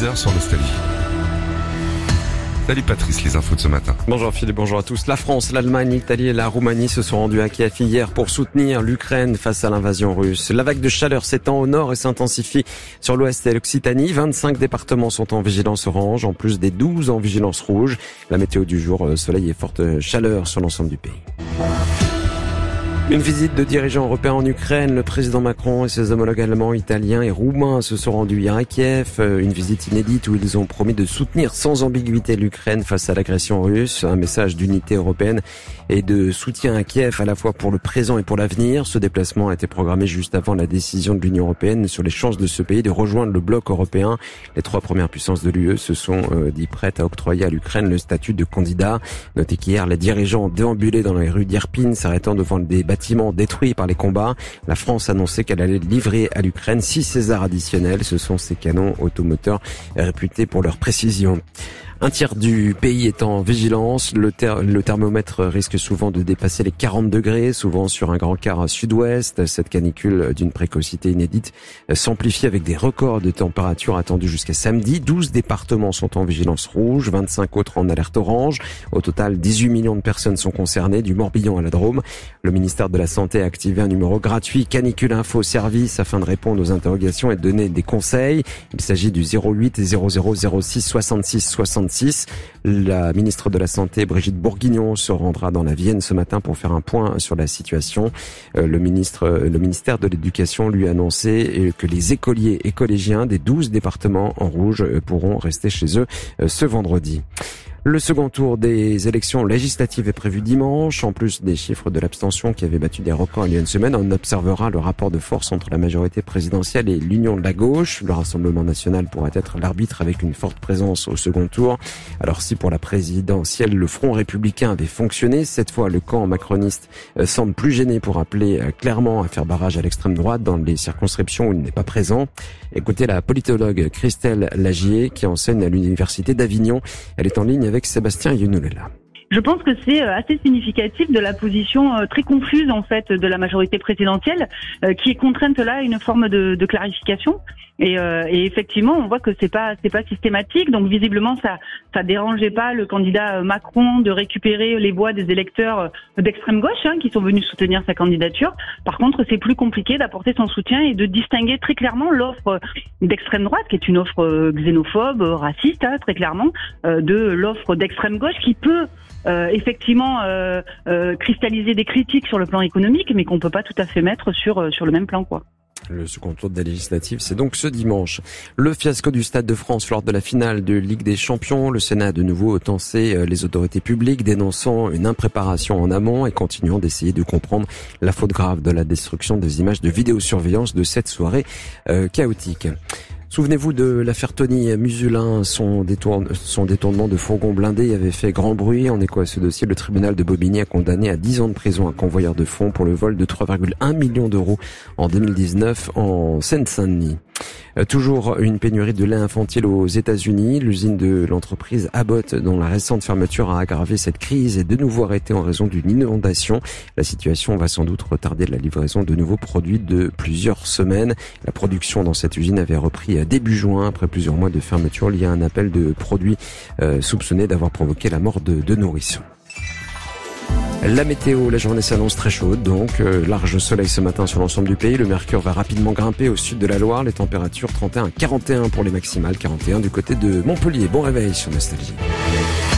6h sur Nostalgie. Salut Patrice, les infos de ce matin. Bonjour Philippe, bonjour à tous. La France, l'Allemagne, l'Italie et la Roumanie se sont rendus à Kiev hier pour soutenir l'Ukraine face à l'invasion russe. La vague de chaleur s'étend au nord et s'intensifie sur l'ouest et l'Occitanie. 25 départements sont en vigilance orange, en plus des 12 en vigilance rouge. La météo du jour, soleil et forte chaleur sur l'ensemble du pays. Une visite de dirigeants européens en Ukraine. Le président Macron et ses homologues allemands, italiens et roumains se sont rendus hier à Kiev. Une visite inédite où ils ont promis de soutenir sans ambiguïté l'Ukraine face à l'agression russe. Un message d'unité européenne et de soutien à Kiev à la fois pour le présent et pour l'avenir. Ce déplacement a été programmé juste avant la décision de l'Union européenne sur les chances de ce pays de rejoindre le bloc européen. Les trois premières puissances de l'UE se sont dit prêtes à octroyer à l'Ukraine le statut de candidat. Notez qu'hier, les dirigeants ont déambulé dans les rues d'Irpin, s'arrêtant devant des bâtiments détruits par les combats. La France annonçait qu'elle allait livrer à l'Ukraine 6 Césars additionnels. Ce sont ces canons automoteurs réputés pour leur précision. Un tiers du pays est en vigilance. Le thermomètre risque souvent de dépasser les 40 degrés, souvent sur un grand quart sud-ouest. Cette canicule d'une précocité inédite s'amplifie avec des records de température attendus jusqu'à samedi. 12 départements sont en vigilance rouge, 25 autres en alerte orange. Au total, 18 millions de personnes sont concernées, du Morbihan à la Drôme. Le ministère de la Santé a activé un numéro gratuit Canicule Info Service afin de répondre aux interrogations et de donner des conseils. Il s'agit du 08 0006 66 66. La ministre de la Santé, Brigitte Bourguignon, se rendra dans la Vienne ce matin pour faire un point sur la situation. Le ministère de l'Éducation lui a annoncé que les écoliers et collégiens des 12 départements en rouge pourront rester chez eux ce vendredi. Le second tour des élections législatives est prévu dimanche. En plus des chiffres de l'abstention qui avaient battu des records il y a une semaine, on observera le rapport de force entre la majorité présidentielle et l'union de la gauche. Le Rassemblement national pourrait être l'arbitre avec une forte présence au second tour. Alors si pour la présidentielle, le Front républicain avait fonctionné, cette fois le camp macroniste semble plus gêné pour appeler clairement à faire barrage à l'extrême droite dans les circonscriptions où il n'est pas présent. Écoutez la politologue Christelle Lagier qui enseigne à l'université d'Avignon. Elle est en ligne avec Sébastien Younoulela. Je pense que c'est assez significatif de la position très confuse en fait de la majorité présidentielle qui est contrainte là à une forme de clarification et effectivement on voit que c'est pas systématique, donc visiblement ça dérangeait pas le candidat Macron de récupérer les voix des électeurs d'extrême gauche qui sont venus soutenir sa candidature. Par contre, c'est plus compliqué d'apporter son soutien et de distinguer très clairement l'offre d'extrême droite qui est une offre xénophobe, raciste très clairement, de l'offre d'extrême gauche qui peut effectivement cristalliser des critiques sur le plan économique, mais qu'on peut pas tout à fait mettre sur le même plan, quoi. Le second tour des législatives, c'est donc ce dimanche. Le fiasco du Stade de France lors de la finale de Ligue des Champions. Le Sénat a de nouveau tensé les autorités publiques, dénonçant une impréparation en amont et continuant d'essayer de comprendre la faute grave de la destruction des images de vidéosurveillance de cette soirée chaotique. Souvenez-vous de l'affaire Tony Musulin, son détournement de fourgon blindé avait fait grand bruit. En écho à ce dossier, le tribunal de Bobigny a condamné à 10 ans de prison un convoyeur de fonds pour le vol de 3,1 millions d'euros en 2019 en Seine-Saint-Denis. Toujours une pénurie de lait infantile aux États-Unis. L'usine de l'entreprise Abbott, dont la récente fermeture a aggravé cette crise, est de nouveau arrêtée en raison d'une inondation. La situation va sans doute retarder la livraison de nouveaux produits de plusieurs semaines. La production dans cette usine avait repris début juin, après plusieurs mois de fermeture liée à un appel de produits soupçonnés d'avoir provoqué la mort de nourrissons. La météo, la journée s'annonce très chaude, donc large soleil ce matin sur l'ensemble du pays. Le mercure va rapidement grimper au sud de la Loire. Les températures 31 à 41 pour les maximales, 41 du côté de Montpellier. Bon réveil sur Nostalgie.